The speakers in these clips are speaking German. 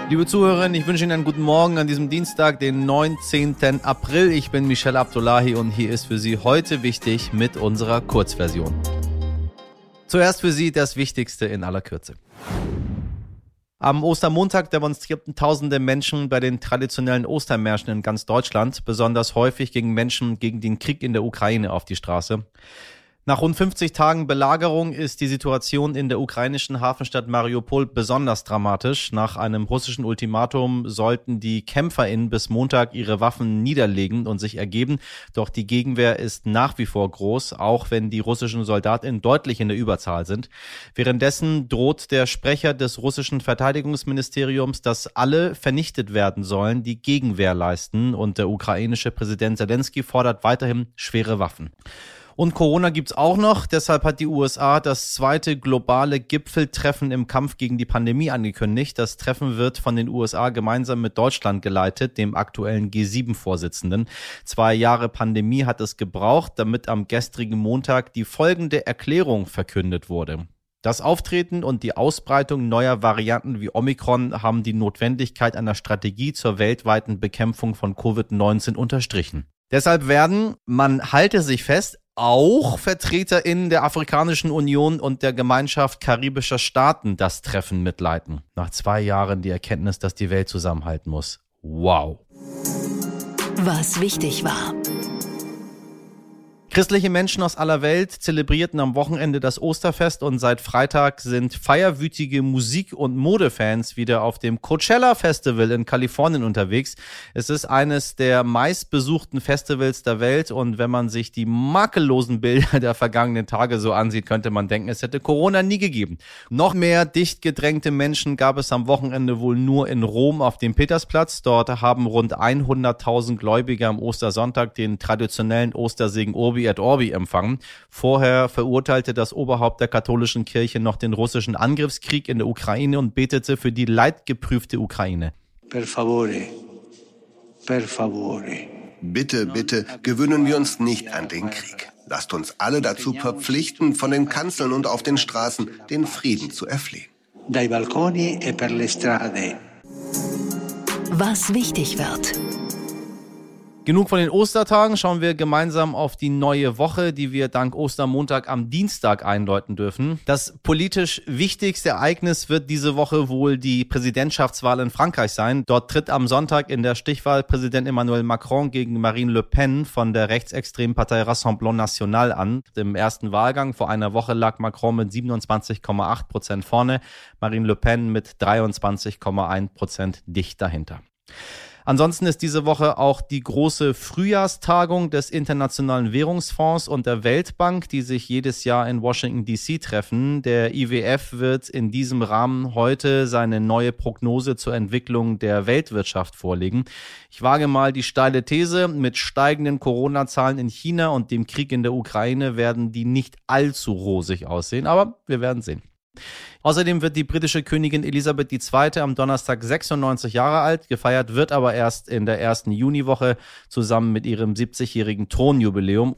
Liebe Zuhörerinnen, ich wünsche Ihnen einen guten Morgen an diesem Dienstag, den 19. April. Ich bin Michel Abdullahi und hier ist für Sie heute wichtig mit unserer Kurzversion. Zuerst für Sie das Wichtigste in aller Kürze. Am Ostermontag demonstrierten tausende Menschen bei den traditionellen Ostermärschen in ganz Deutschland, besonders häufig gegen Menschen gegen den Krieg in der Ukraine auf die Straße. Nach rund 50 Tagen Belagerung ist die Situation in der ukrainischen Hafenstadt Mariupol besonders dramatisch. Nach einem russischen Ultimatum sollten die KämpferInnen bis Montag ihre Waffen niederlegen und sich ergeben. Doch die Gegenwehr ist nach wie vor groß, auch wenn die russischen SoldatInnen deutlich in der Überzahl sind. Währenddessen droht der Sprecher des russischen Verteidigungsministeriums, dass alle vernichtet werden sollen, die Gegenwehr leisten. Und der ukrainische Präsident Zelensky fordert weiterhin schwere Waffen. Und Corona gibt's auch noch, deshalb hat die USA das zweite globale Gipfeltreffen im Kampf gegen die Pandemie angekündigt. Das Treffen wird von den USA gemeinsam mit Deutschland geleitet, dem aktuellen G7-Vorsitzenden. 2 Jahre Pandemie hat es gebraucht, damit am gestrigen Montag die folgende Erklärung verkündet wurde. Das Auftreten und die Ausbreitung neuer Varianten wie Omikron haben die Notwendigkeit einer Strategie zur weltweiten Bekämpfung von Covid-19 unterstrichen. Deshalb werden, man halte sich fest, auch VertreterInnen der Afrikanischen Union und der Gemeinschaft karibischer Staaten das Treffen mitleiten. Nach 2 Jahren die Erkenntnis, dass die Welt zusammenhalten muss. Wow. Was wichtig war. Christliche Menschen aus aller Welt zelebrierten am Wochenende das Osterfest und seit Freitag sind feierwütige Musik- und Modefans wieder auf dem Coachella Festival in Kalifornien unterwegs. Es ist eines der meistbesuchten Festivals der Welt und wenn man sich die makellosen Bilder der vergangenen Tage so ansieht, könnte man denken, es hätte Corona nie gegeben. Noch mehr dicht gedrängte Menschen gab es am Wochenende wohl nur in Rom auf dem Petersplatz. Dort haben rund 100.000 Gläubige am Ostersonntag den traditionellen Ostersegen Urbi et Orbi empfangen. Vorher verurteilte das Oberhaupt der katholischen Kirche noch den russischen Angriffskrieg in der Ukraine und betete für die leidgeprüfte Ukraine. Per favore, per favore. Bitte, bitte, gewöhnen wir uns nicht an den Krieg. Lasst uns alle dazu verpflichten, von den Kanzeln und auf den Straßen den Frieden zu erflehen. Dai balconi e per le strade. Was wichtig wird. Genug von den Ostertagen, schauen wir gemeinsam auf die neue Woche, die wir dank Ostermontag am Dienstag einläuten dürfen. Das politisch wichtigste Ereignis wird diese Woche wohl die Präsidentschaftswahl in Frankreich sein. Dort tritt am Sonntag in der Stichwahl Präsident Emmanuel Macron gegen Marine Le Pen von der rechtsextremen Partei Rassemblement National an. Im ersten Wahlgang vor einer Woche lag Macron mit 27,8% vorne, Marine Le Pen mit 23,1% dicht dahinter. Ansonsten ist diese Woche auch die große Frühjahrstagung des Internationalen Währungsfonds und der Weltbank, die sich jedes Jahr in Washington DC treffen. Der IWF wird in diesem Rahmen heute seine neue Prognose zur Entwicklung der Weltwirtschaft vorlegen. Ich wage mal die steile These, mit steigenden Corona-Zahlen in China und dem Krieg in der Ukraine werden die nicht allzu rosig aussehen, aber wir werden sehen. Außerdem wird die britische Königin Elisabeth II. Am Donnerstag 96 Jahre alt, gefeiert wird aber erst in der ersten Juniwoche zusammen mit ihrem 70-jährigen Thronjubiläum.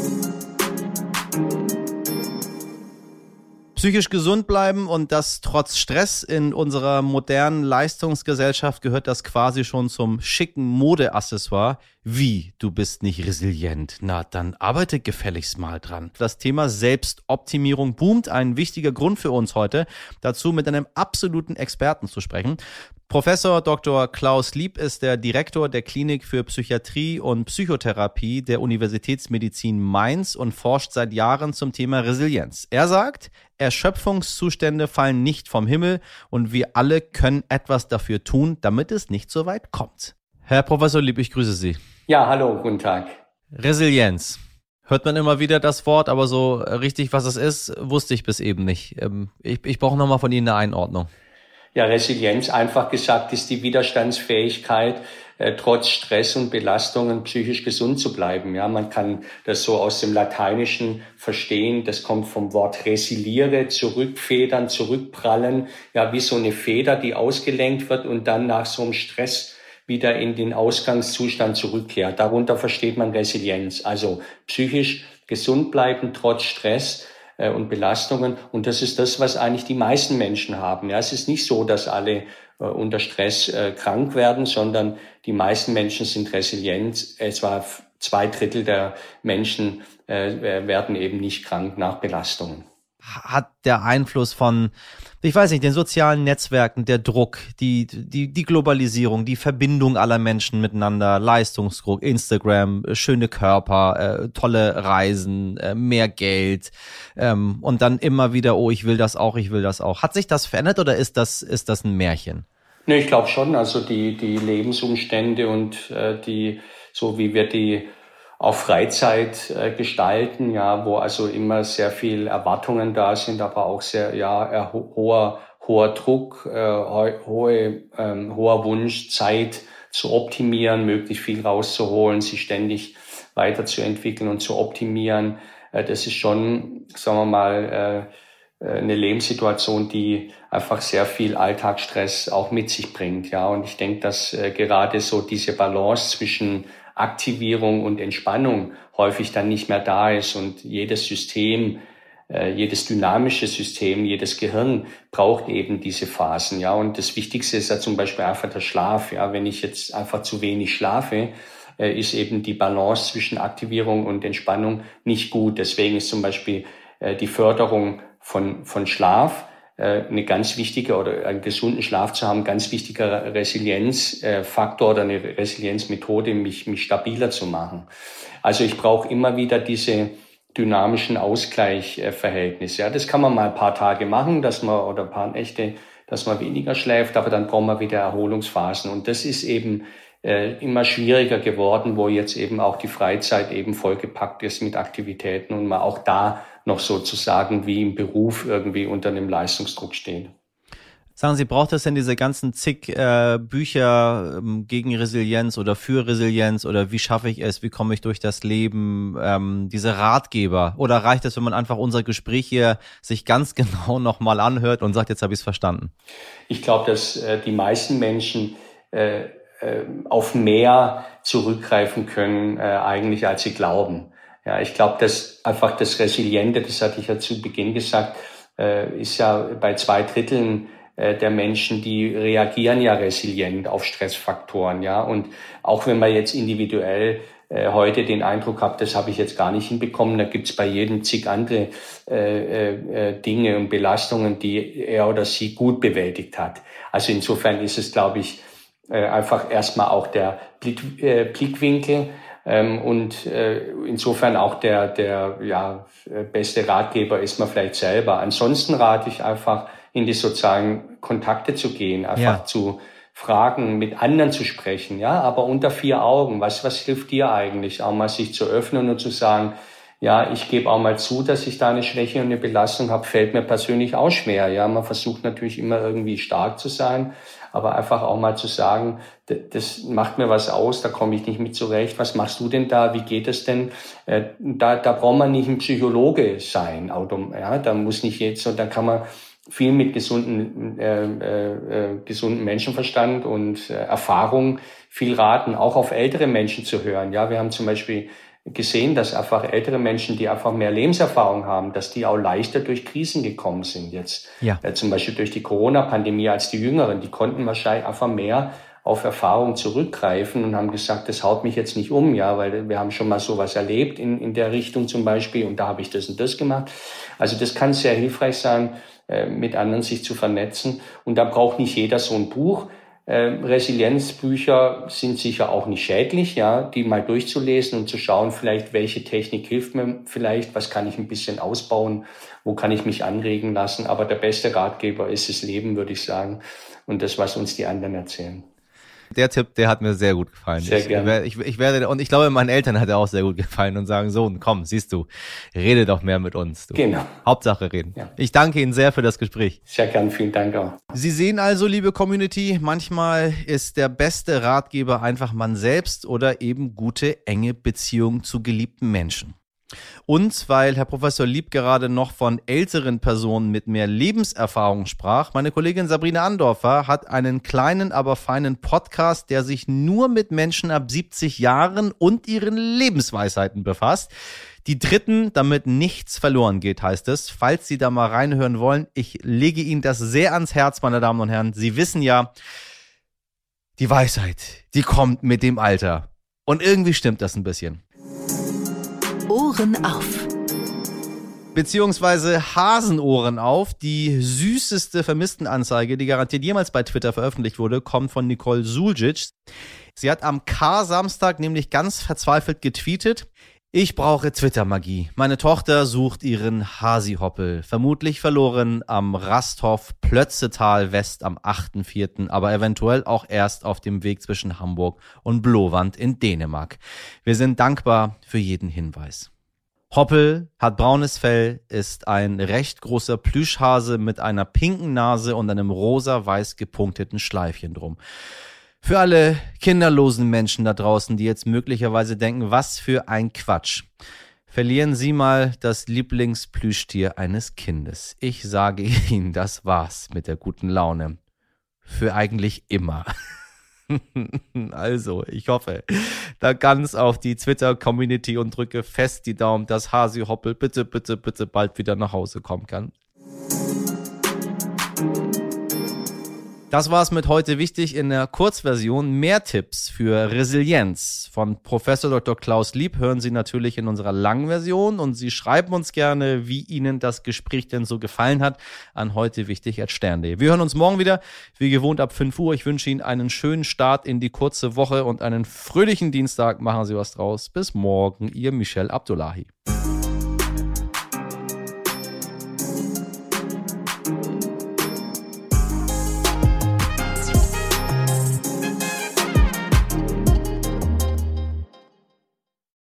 Psychisch gesund bleiben und das trotz Stress. In unserer modernen Leistungsgesellschaft gehört das quasi schon zum schicken Modeaccessoire. Wie, du bist nicht resilient? Na, dann arbeite gefälligst mal dran. Das Thema Selbstoptimierung boomt, ein wichtiger Grund für uns heute, dazu mit einem absoluten Experten zu sprechen. Professor Dr. Klaus Lieb ist der Direktor der Klinik für Psychiatrie und Psychotherapie der Universitätsmedizin Mainz und forscht seit Jahren zum Thema Resilienz. Er sagt, Erschöpfungszustände fallen nicht vom Himmel und wir alle können etwas dafür tun, damit es nicht so weit kommt. Herr Professor Lieb, ich grüße Sie. Ja, hallo, guten Tag. Resilienz. Hört man immer wieder das Wort, aber so richtig, was es ist, wusste ich bis eben nicht. Ich brauche nochmal von Ihnen eine Einordnung. Ja, Resilienz, einfach gesagt, ist die Widerstandsfähigkeit, trotz Stress und Belastungen psychisch gesund zu bleiben. Ja, man kann das so aus dem Lateinischen verstehen. Das kommt vom Wort resiliere, zurückfedern, zurückprallen. Ja, wie so eine Feder, die ausgelenkt wird und dann nach so einem Stress wieder in den Ausgangszustand zurückkehrt. Darunter versteht man Resilienz. Also psychisch gesund bleiben trotz Stress. und Belastungen. Und das ist das, was eigentlich die meisten Menschen haben. Ja, es ist nicht so, dass alle unter Stress krank werden, sondern die meisten Menschen sind resilient. Etwa 2/3 der Menschen werden eben nicht krank nach Belastungen. Hat der Einfluss von, ich weiß nicht, den sozialen Netzwerken, der Druck, die Globalisierung, die Verbindung aller Menschen miteinander, Leistungsdruck, Instagram, schöne Körper, tolle Reisen, mehr Geld und dann immer wieder, oh, ich will das auch. Hat sich das verändert oder ist das ein Märchen? Nee, ich glaube schon. Also die Lebensumstände und so wie wir die auch Freizeit gestalten, ja, wo also immer sehr viel Erwartungen da sind, aber auch sehr hoher Druck, hoher Wunsch, Zeit zu optimieren, möglichst viel rauszuholen, sich ständig weiterzuentwickeln und zu optimieren. Das ist schon, sagen wir mal, eine Lebenssituation, die einfach sehr viel Alltagsstress auch mit sich bringt, ja. Und ich denke, dass gerade so diese Balance zwischen Aktivierung und Entspannung häufig dann nicht mehr da ist und jedes System, jedes dynamische System, jedes Gehirn braucht eben diese Phasen, ja. Und das Wichtigste ist ja zum Beispiel einfach der Schlaf, ja. Wenn ich jetzt einfach zu wenig schlafe, ist eben die Balance zwischen Aktivierung und Entspannung nicht gut. Deswegen ist zum Beispiel die Förderung von Schlaf eine ganz wichtige oder einen gesunden Schlaf zu haben, ganz wichtiger Resilienzfaktor oder eine Resilienzmethode, mich stabiler zu machen. Also ich brauche immer wieder diese dynamischen Ausgleichverhältnisse. Ja, das kann man mal ein paar Tage machen, oder ein paar Nächte, dass man weniger schläft, aber dann brauchen wir wieder Erholungsphasen. Und das ist eben immer schwieriger geworden, wo jetzt eben auch die Freizeit eben vollgepackt ist mit Aktivitäten und man auch da noch sozusagen wie im Beruf irgendwie unter einem Leistungsdruck steht. Sagen Sie, braucht es denn diese ganzen zig Bücher gegen Resilienz oder für Resilienz oder wie schaffe ich es, wie komme ich durch das Leben, diese Ratgeber? Oder reicht es, wenn man einfach unser Gespräch hier sich ganz genau nochmal anhört und sagt, jetzt habe ich es verstanden? Ich glaube, dass die meisten Menschen auf mehr zurückgreifen können, eigentlich als sie glauben. Ja, ich glaube, dass einfach das Resiliente, das hatte ich ja zu Beginn gesagt, ist ja bei 2/3 der Menschen, die reagieren ja resilient auf Stressfaktoren, ja. Und auch wenn man jetzt individuell heute den Eindruck hat, das habe ich jetzt gar nicht hinbekommen, da gibt's bei jedem zig andere Dinge und Belastungen, die er oder sie gut bewältigt hat. Also insofern ist es, glaube ich, einfach erstmal auch der Blickwinkel. Und insofern auch der beste Ratgeber ist man vielleicht selber. Ansonsten rate ich einfach, in die sozialen Kontakte zu gehen, einfach zu fragen, mit anderen zu sprechen, ja, aber unter 4 Augen. Was hilft dir eigentlich? Auch mal sich zu öffnen und zu sagen, ja, ich gebe auch mal zu, dass ich da eine Schwäche und eine Belastung habe, fällt mir persönlich auch schwer. Ja, man versucht natürlich immer irgendwie stark zu sein, aber einfach auch mal zu sagen, das macht mir was aus, da komme ich nicht mit zurecht. Was machst du denn da? Wie geht es denn? Da braucht man nicht ein Psychologe sein. Ja, da muss nicht jetzt, und da kann man viel mit gesunden Menschenverstand und Erfahrung viel raten, auch auf ältere Menschen zu hören. Ja, wir haben zum Beispiel gesehen, dass einfach ältere Menschen, die einfach mehr Lebenserfahrung haben, dass die auch leichter durch Krisen gekommen sind jetzt. Ja. Zum Beispiel durch die Corona-Pandemie als die Jüngeren. Die konnten wahrscheinlich einfach mehr auf Erfahrung zurückgreifen und haben gesagt, das haut mich jetzt nicht um, ja, weil wir haben schon mal sowas erlebt in der Richtung zum Beispiel und da habe ich das und das gemacht. Also das kann sehr hilfreich sein, mit anderen sich zu vernetzen. Und da braucht nicht jeder so ein Buch. Resilienzbücher sind sicher auch nicht schädlich, ja, die mal durchzulesen und zu schauen, vielleicht welche Technik hilft mir vielleicht, was kann ich ein bisschen ausbauen, wo kann ich mich anregen lassen. Aber der beste Ratgeber ist das Leben, würde ich sagen, und das, was uns die anderen erzählen. Der Tipp, der hat mir sehr gut gefallen. Sehr gerne. Ich werde, und ich glaube, meinen Eltern hat er auch sehr gut gefallen und sagen, Sohn, komm, siehst du, rede doch mehr mit uns. Du. Genau. Hauptsache reden. Ja. Ich danke Ihnen sehr für das Gespräch. Sehr gern, vielen Dank auch. Sie sehen also, liebe Community, manchmal ist der beste Ratgeber einfach man selbst oder eben gute, enge Beziehungen zu geliebten Menschen. Und weil Herr Professor Lieb gerade noch von älteren Personen mit mehr Lebenserfahrung sprach, meine Kollegin Sabrina Andorfer hat einen kleinen, aber feinen Podcast, der sich nur mit Menschen ab 70 Jahren und ihren Lebensweisheiten befasst. Die Dritten, damit nichts verloren geht, heißt es. Falls Sie da mal reinhören wollen, ich lege Ihnen das sehr ans Herz, meine Damen und Herren. Sie wissen ja, die Weisheit, die kommt mit dem Alter. Und irgendwie stimmt das ein bisschen. Ohren auf. Beziehungsweise Hasenohren auf. Die süßeste Vermisstenanzeige, die garantiert jemals bei Twitter veröffentlicht wurde, kommt von Nicole Suljic. Sie hat am Kar-Samstag nämlich ganz verzweifelt getweetet: Ich brauche Twitter-Magie. Meine Tochter sucht ihren Hasi-Hoppel. Vermutlich verloren am Rasthof-Plötzetal West am 8.4., aber eventuell auch erst auf dem Weg zwischen Hamburg und Blåvand in Dänemark. Wir sind dankbar für jeden Hinweis. Hoppel hat braunes Fell, ist ein recht großer Plüschhase mit einer pinken Nase und einem rosa-weiß gepunkteten Schleifchen drum. Für alle kinderlosen Menschen da draußen, die jetzt möglicherweise denken, was für ein Quatsch. Verlieren Sie mal das Lieblingsplüschtier eines Kindes. Ich sage Ihnen, das war's mit der guten Laune. Für eigentlich immer. Also, ich hoffe da ganz auf die Twitter-Community und drücke fest die Daumen, dass Hasi Hoppel bitte bald wieder nach Hause kommen kann. Das war's mit heute wichtig in der Kurzversion. Mehr Tipps für Resilienz von Professor Dr. Klaus Lieb hören Sie natürlich in unserer langen Version und Sie schreiben uns gerne, wie Ihnen das Gespräch denn so gefallen hat, an heutewichtig@stern.de. Wir hören uns morgen wieder, wie gewohnt ab 5 Uhr. Ich wünsche Ihnen einen schönen Start in die kurze Woche und einen fröhlichen Dienstag. Machen Sie was draus. Bis morgen, Ihr Michel Abdullahi.